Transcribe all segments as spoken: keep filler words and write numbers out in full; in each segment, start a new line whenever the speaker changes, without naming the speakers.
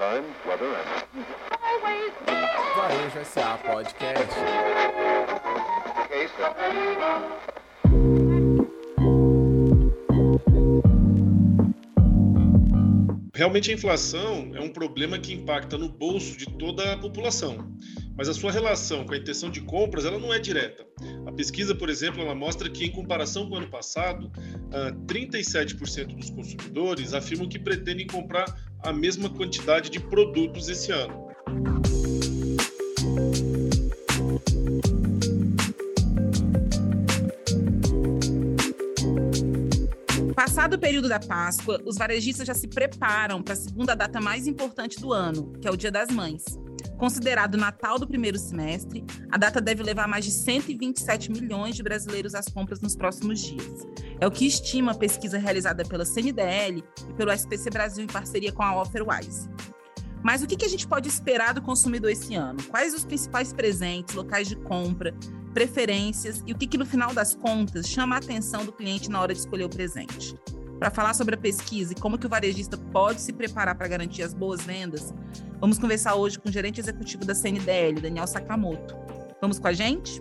time, weather and...
Varejo S A Podcast.
Realmente a inflação é um problema que impacta no bolso de toda a população, mas a sua relação com a intenção de compras ela não é direta. A pesquisa, por exemplo, ela mostra que, em comparação com o ano passado, trinta e sete por cento dos consumidores afirmam que pretendem comprar a mesma quantidade de produtos esse ano.
Passado o período da Páscoa, os varejistas já se preparam para a segunda data mais importante do ano, que é o Dia das Mães. Considerado o Natal do primeiro semestre, a data deve levar mais de cento e vinte e sete milhões de brasileiros às compras nos próximos dias. É o que estima a pesquisa realizada pela C N D L e pelo S P C Brasil em parceria com a Offerwise. Mas o que a gente pode esperar do consumidor esse ano? Quais os principais presentes, locais de compra, preferências e o que, que no final das contas chama a atenção do cliente na hora de escolher o presente? Para falar sobre a pesquisa e como que o varejista pode se preparar para garantir as boas vendas, vamos conversar hoje com o gerente executivo da C N D L, Daniel Sakamoto. Vamos com a gente?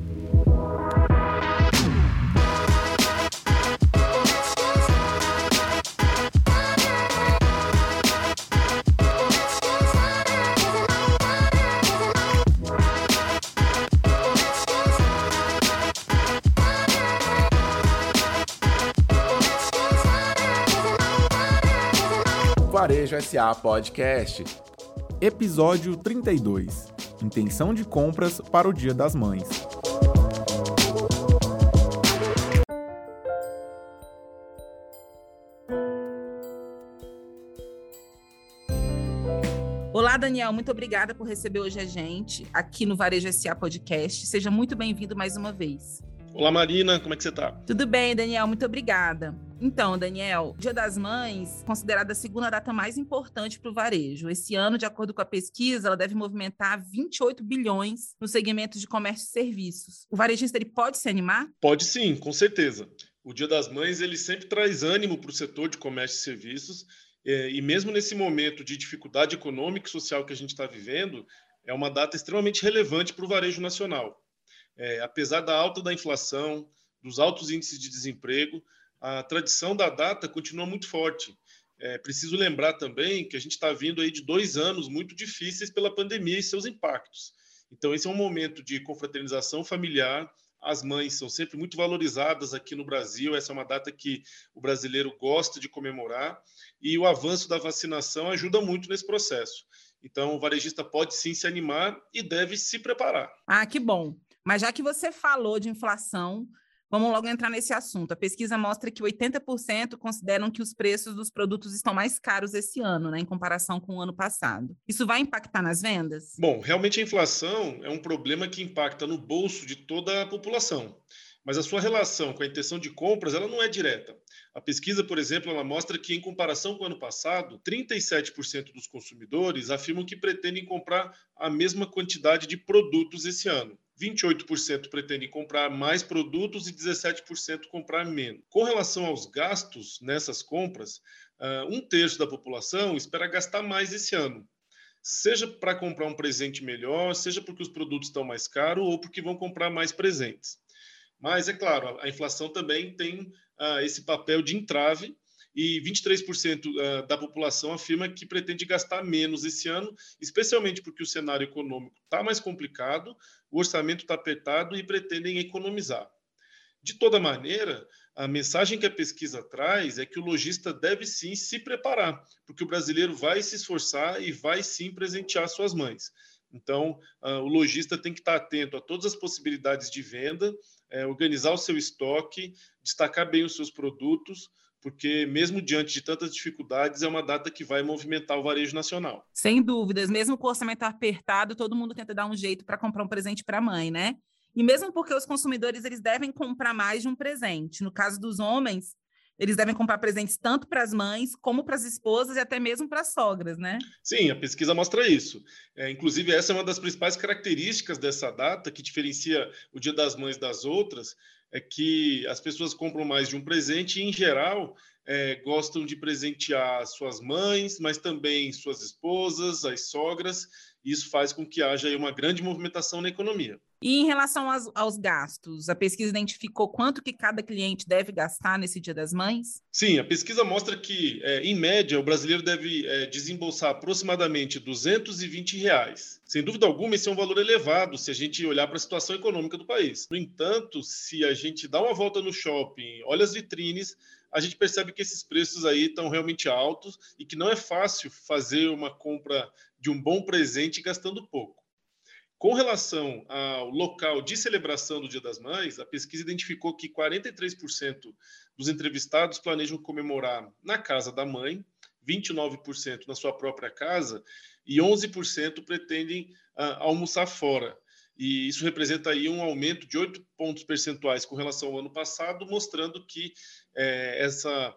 Varejo S A Podcast. Episódio trinta e dois. Intenção de compras para o Dia das Mães.
Olá, Daniel. Muito obrigada por receber hoje a gente aqui no Varejo S A Podcast. Seja muito bem-vindo mais uma vez.
Olá, Marina. Como é que você está?
Tudo bem, Daniel. Muito obrigada. Então, Daniel, Dia das Mães, considerada a segunda data mais importante para o varejo. Esse ano, de acordo com a pesquisa, ela deve movimentar vinte e oito bilhões no segmento de comércio e serviços. O varejista ele pode se animar?
Pode sim, com certeza. O Dia das Mães ele sempre traz ânimo para o setor de comércio e serviços, e mesmo nesse momento de dificuldade econômica e social que a gente está vivendo, é uma data extremamente relevante para o varejo nacional. É, apesar da alta da inflação, dos altos índices de desemprego, a tradição da data continua muito forte. É preciso lembrar também que a gente está vindo aí de dois anos muito difíceis pela pandemia e seus impactos. Então, esse é um momento de confraternização familiar. As mães são sempre muito valorizadas aqui no Brasil. Essa é uma data que o brasileiro gosta de comemorar. E o avanço da vacinação ajuda muito nesse processo. Então, o varejista pode sim se animar e deve se preparar.
Ah, que bom. Mas já que você falou de inflação, vamos logo entrar nesse assunto. A pesquisa mostra que oitenta por cento consideram que os preços dos produtos estão mais caros esse ano, né, em comparação com o ano passado. Isso vai impactar nas vendas?
Bom, realmente a inflação é um problema que impacta no bolso de toda a população. Mas a sua relação com a intenção de compras ela não é direta. A pesquisa, por exemplo, ela mostra que, em comparação com o ano passado, trinta e sete por cento dos consumidores afirmam que pretendem comprar a mesma quantidade de produtos esse ano. vinte e oito por cento pretendem comprar mais produtos e dezessete por cento comprar menos. Com relação aos gastos nessas compras, um terço da população espera gastar mais esse ano. Seja para comprar um presente melhor, seja porque os produtos estão mais caros ou porque vão comprar mais presentes. Mas, é claro, a inflação também tem uh, esse papel de entrave e vinte e três por cento uh, da população afirma que pretende gastar menos esse ano, especialmente porque o cenário econômico está mais complicado, o orçamento está apertado e pretendem economizar. De toda maneira, a mensagem que a pesquisa traz é que o lojista deve sim se preparar, porque o brasileiro vai se esforçar e vai sim presentear suas mães. Então, uh, o lojista tem que estar atento a todas as possibilidades de venda, é, organizar o seu estoque, destacar bem os seus produtos, porque mesmo diante de tantas dificuldades, é uma data que vai movimentar o varejo nacional.
Sem dúvidas, mesmo com o orçamento apertado, todo mundo tenta dar um jeito para comprar um presente para a mãe, né? E mesmo porque os consumidores eles devem comprar mais de um presente. No caso dos homens, eles devem comprar presentes tanto para as mães, como para as esposas e até mesmo para as sogras, né?
Sim, a pesquisa mostra isso. É, inclusive, essa é uma das principais características dessa data, que diferencia o Dia das Mães das outras, é que as pessoas compram mais de um presente e, em geral, é, gostam de presentear suas mães, mas também suas esposas, as sogras. E isso faz com que haja aí uma grande movimentação na economia.
E em relação aos, aos gastos, a pesquisa identificou quanto que cada cliente deve gastar nesse Dia das Mães?
Sim, a pesquisa mostra que, é, em média, o brasileiro deve é, desembolsar aproximadamente duzentos e vinte reais. Sem dúvida alguma, esse é um valor elevado se a gente olhar para a situação econômica do país. No entanto, se a gente dá uma volta no shopping, olha as vitrines, a gente percebe que esses preços aí estão realmente altos e que não é fácil fazer uma compra de um bom presente gastando pouco. Com relação ao local de celebração do Dia das Mães, a pesquisa identificou que quarenta e três por cento dos entrevistados planejam comemorar na casa da mãe, vinte e nove por cento na sua própria casa e onze por cento pretendem uh, almoçar fora. E isso representa aí um aumento de oito pontos percentuais com relação ao ano passado, mostrando que eh, essa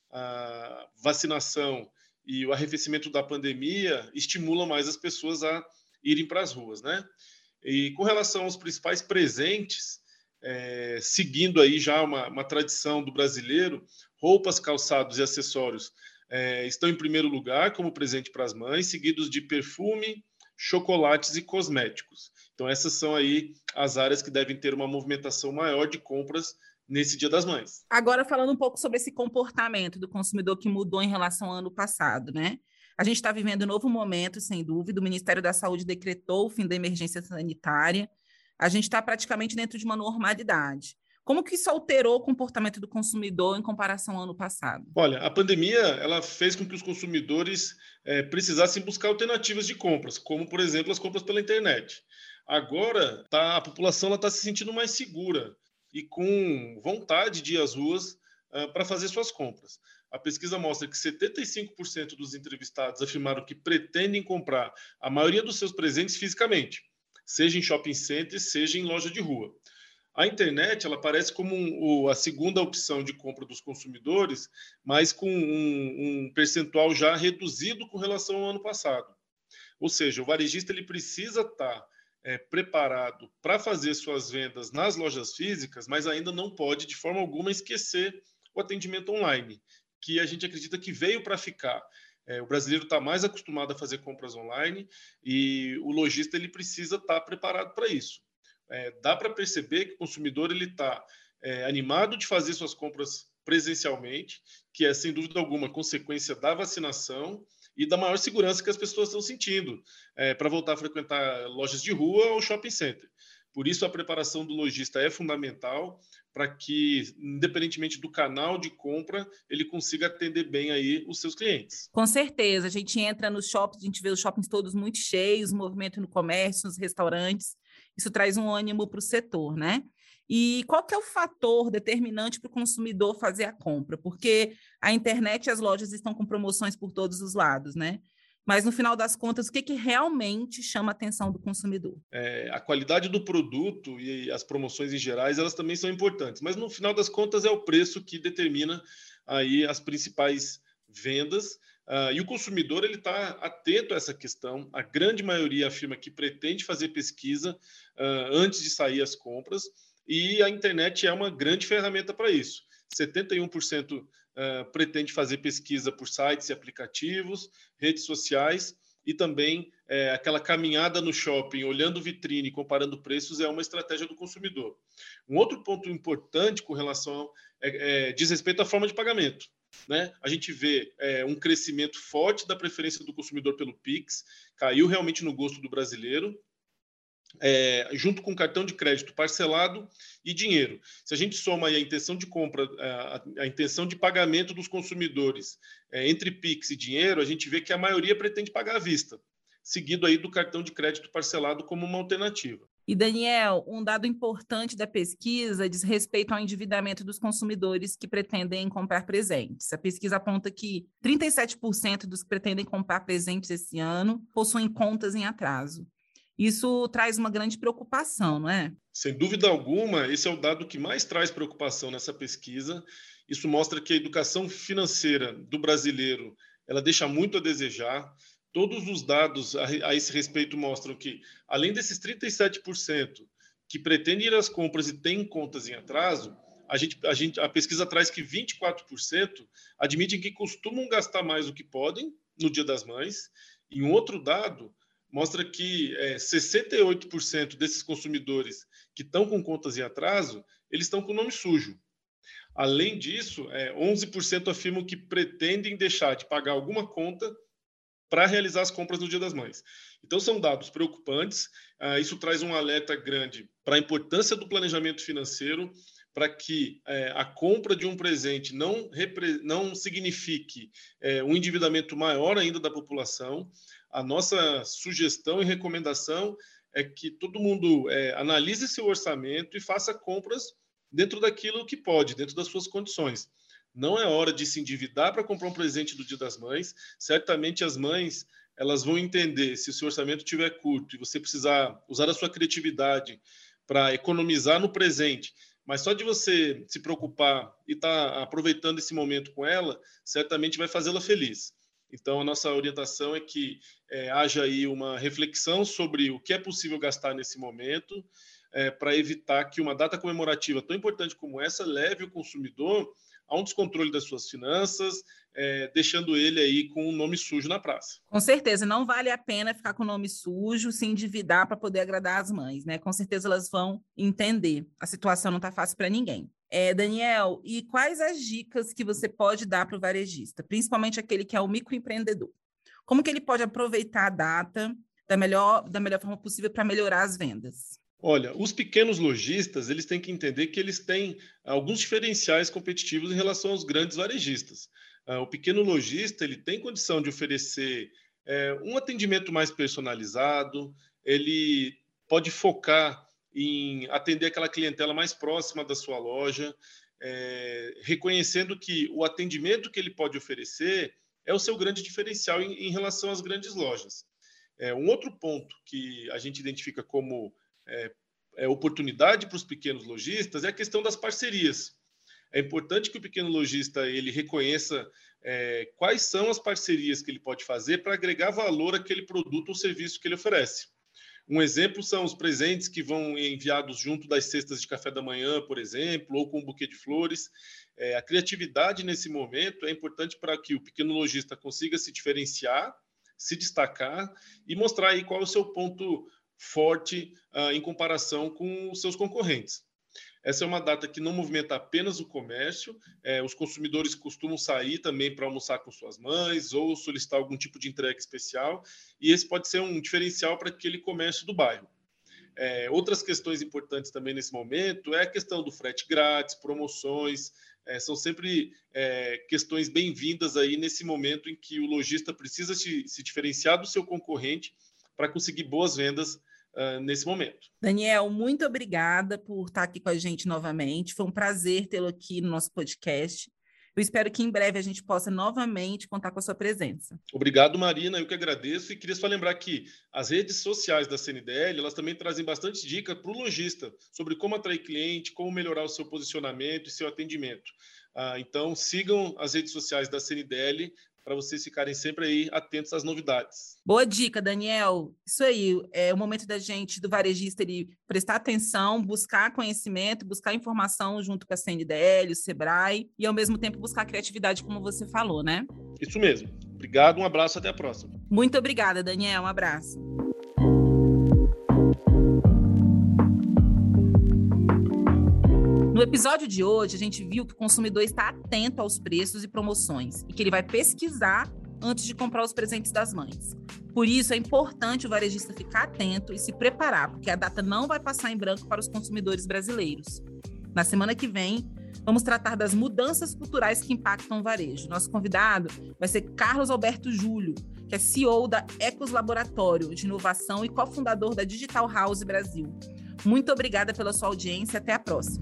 a vacinação e o arrefecimento da pandemia estimulam mais as pessoas a irem para as ruas, né? E com relação aos principais presentes, é, seguindo aí já uma, uma tradição do brasileiro, roupas, calçados e acessórios é, estão em primeiro lugar como presente para as mães, seguidos de perfume, chocolates e cosméticos. Então essas são aí as áreas que devem ter uma movimentação maior de compras nesse Dia das Mães.
Agora falando um pouco sobre esse comportamento do consumidor que mudou em relação ao ano passado, né? A gente está vivendo um novo momento, sem dúvida. O Ministério da Saúde decretou o fim da emergência sanitária. A gente está praticamente dentro de uma normalidade. Como que isso alterou o comportamento do consumidor em comparação ao ano passado?
Olha, a pandemia ela fez com que os consumidores é, precisassem buscar alternativas de compras, como, por exemplo, as compras pela internet. Agora, tá, a população está se sentindo mais segura e com vontade de ir às ruas uh, para fazer suas compras. A pesquisa mostra que setenta e cinco por cento dos entrevistados afirmaram que pretendem comprar a maioria dos seus presentes fisicamente, seja em shopping centers, seja em loja de rua. A internet ela aparece como um, a segunda opção de compra dos consumidores, mas com um, um percentual já reduzido com relação ao ano passado. Ou seja, o varejista ele precisa estar é, preparado para fazer suas vendas nas lojas físicas, mas ainda não pode, de forma alguma, esquecer o atendimento online, que a gente acredita que veio para ficar. É, o brasileiro está mais acostumado a fazer compras online e o lojista ele precisa estar preparado para isso. É, dá para perceber que o consumidor ele está é, animado de fazer suas compras presencialmente, que é, sem dúvida alguma, consequência da vacinação e da maior segurança que as pessoas estão sentindo é, para voltar a frequentar lojas de rua ou shopping center. Por isso, a preparação do lojista é fundamental para que, independentemente do canal de compra, ele consiga atender bem aí os seus clientes.
Com certeza. A gente entra nos shoppings, a gente vê os shoppings todos muito cheios, movimento no comércio, nos restaurantes. Isso traz um ânimo para o setor, né? E qual que é o fator determinante para o consumidor fazer a compra? Porque a internet e as lojas estão com promoções por todos os lados, né? Mas, no final das contas, o que, que realmente chama a atenção do consumidor?
É, a qualidade do produto e as promoções em gerais, elas também são importantes. Mas, no final das contas, é o preço que determina aí as principais vendas. Uh, e o consumidor ele está atento a essa questão. A grande maioria afirma que pretende fazer pesquisa uh, antes de sair as compras. E a internet é uma grande ferramenta para isso. setenta e um por cento uh, pretende fazer pesquisa por sites e aplicativos, redes sociais e também é, aquela caminhada no shopping, olhando vitrine, comparando preços, é uma estratégia do consumidor. Um outro ponto importante com relação é, é, diz respeito à forma de pagamento. Né? A gente vê é, um crescimento forte da preferência do consumidor pelo Pix, caiu realmente no gosto do brasileiro. É, junto com cartão de crédito parcelado e dinheiro. Se a gente soma aí a intenção de compra, a, a intenção de pagamento dos consumidores é, entre Pix e dinheiro, a gente vê que a maioria pretende pagar à vista, seguido aí do cartão de crédito parcelado como uma alternativa.
E, Daniel, um dado importante da pesquisa diz respeito ao endividamento dos consumidores que pretendem comprar presentes. A pesquisa aponta que trinta e sete por cento dos que pretendem comprar presentes esse ano possuem contas em atraso. Isso traz uma grande preocupação, não é?
Sem dúvida alguma, esse é o dado que mais traz preocupação nessa pesquisa. Isso mostra que a educação financeira do brasileiro ela deixa muito a desejar. Todos os dados a, a esse respeito mostram que, além desses trinta e sete por cento que pretendem ir às compras e têm contas em atraso, a, gente, a, gente, a pesquisa traz que vinte e quatro por cento admitem que costumam gastar mais do que podem no Dia das Mães. E um outro dado mostra que é, sessenta e oito por cento desses consumidores que estão com contas em atraso, eles estão com o nome sujo. Além disso, é, onze por cento afirmam que pretendem deixar de pagar alguma conta para realizar as compras no Dia das Mães. Então, são dados preocupantes. Uh, isso traz um alerta grande para a importância do planejamento financeiro, para que é, a compra de um presente não, repre- não signifique é, um endividamento maior ainda da população. A nossa sugestão e recomendação é que todo mundo é, analise seu orçamento e faça compras dentro daquilo que pode, dentro das suas condições. Não é hora de se endividar para comprar um presente do Dia das Mães. Certamente as mães elas vão entender, se o seu orçamento estiver curto e você precisar usar a sua criatividade para economizar no presente, mas só de você se preocupar e estar tá aproveitando esse momento com ela, certamente vai fazê-la feliz. Então, a nossa orientação é que é, haja aí uma reflexão sobre o que é possível gastar nesse momento, é, para evitar que uma data comemorativa tão importante como essa leve o consumidor a um descontrole das suas finanças, é, deixando ele aí com o nome sujo na praça.
Com certeza, não vale a pena ficar com o nome sujo, se endividar para poder agradar as mães, né? Com certeza elas vão entender. A situação não está fácil para ninguém. É, Daniel, e quais as dicas que você pode dar para o varejista, principalmente aquele que é o microempreendedor? Como que ele pode aproveitar a data da melhor, da melhor forma possível para melhorar as vendas?
Olha, os pequenos lojistas, eles têm que entender que eles têm alguns diferenciais competitivos em relação aos grandes varejistas. Uh, o pequeno lojista, ele tem condição de oferecer é, um atendimento mais personalizado, ele pode focar em atender aquela clientela mais próxima da sua loja, é, reconhecendo que o atendimento que ele pode oferecer é o seu grande diferencial em, em relação às grandes lojas. É, um outro ponto que a gente identifica como É, é oportunidade para os pequenos lojistas é a questão das parcerias. É importante que o pequeno lojista ele reconheça é, quais são as parcerias que ele pode fazer para agregar valor àquele produto ou serviço que ele oferece. Um exemplo são os presentes que vão enviados junto das cestas de café da manhã, por exemplo, ou com um buquê de flores. É, a criatividade nesse momento é importante para que o pequeno lojista consiga se diferenciar, se destacar e mostrar aí qual é o seu ponto forte uh, em comparação com os seus concorrentes. Essa é uma data que não movimenta apenas o comércio, é, os consumidores costumam sair também para almoçar com suas mães ou solicitar algum tipo de entrega especial, e esse pode ser um diferencial para aquele comércio do bairro. É, outras questões importantes também nesse momento é a questão do frete grátis, promoções, é, são sempre é, questões bem-vindas aí nesse momento em que o lojista precisa se, se diferenciar do seu concorrente para conseguir boas vendas uh, nesse momento.
Daniel, muito obrigada por estar aqui com a gente novamente. Foi um prazer tê-lo aqui no nosso podcast. Eu espero que em breve a gente possa novamente contar com a sua presença.
Obrigado, Marina. Eu que agradeço e queria só lembrar que as redes sociais da C N D L, elas também trazem bastante dica para o lojista sobre como atrair cliente, como melhorar o seu posicionamento e seu atendimento. Uh, então, sigam as redes sociais da C N D L para vocês ficarem sempre aí atentos às novidades.
Boa dica, Daniel. Isso aí, é o momento da gente, do varejista, ele prestar atenção, buscar conhecimento, buscar informação junto com a C N D L, o Sebrae, e ao mesmo tempo buscar criatividade, como você falou, né?
Isso mesmo. Obrigado, um abraço, até a próxima.
Muito obrigada, Daniel, um abraço. No episódio de hoje, a gente viu que o consumidor está atento aos preços e promoções e que ele vai pesquisar antes de comprar os presentes das mães. Por isso, é importante o varejista ficar atento e se preparar, porque a data não vai passar em branco para os consumidores brasileiros. Na semana que vem, vamos tratar das mudanças culturais que impactam o varejo. Nosso convidado vai ser Carlos Alberto Júlio, que é C E O da Ecos Laboratório de Inovação e cofundador da Digital House Brasil. Muito obrigada pela sua audiência. Até a próxima.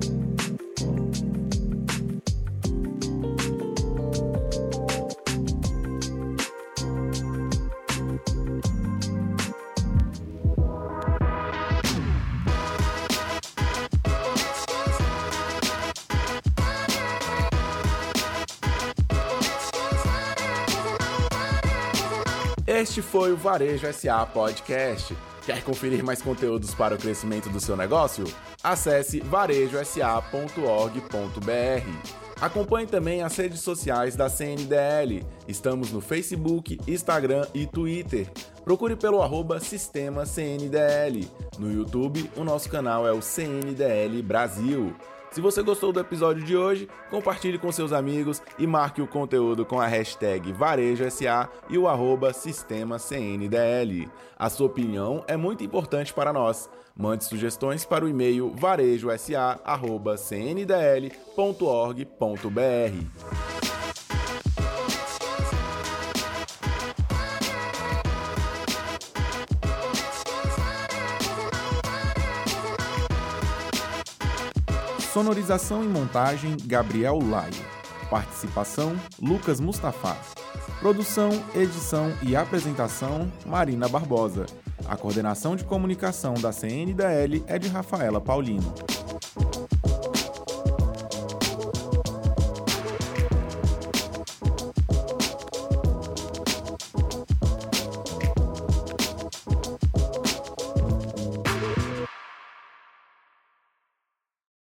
Este foi o Varejo S A Podcast. Quer conferir mais conteúdos para o crescimento do seu negócio? Acesse varejo s a ponto org ponto b r. Acompanhe também as redes sociais da C N D L. Estamos no Facebook, Instagram e Twitter. Procure pelo arroba Sistema C N D L. No YouTube, o nosso canal é o C N D L Brasil. Se você gostou do episódio de hoje, compartilhe com seus amigos e marque o conteúdo com a hashtag VarejoSA e o arroba Sistema C N D L. A sua opinião é muito importante para nós. Mande sugestões para o e-mail varejosa arroba c n d l ponto org ponto b r. Sonorização e montagem, Gabriel Laio. Participação, Lucas Mustafa. Produção, edição e apresentação, Marina Barbosa. A coordenação de comunicação da C N D L é de Rafaela Paulino.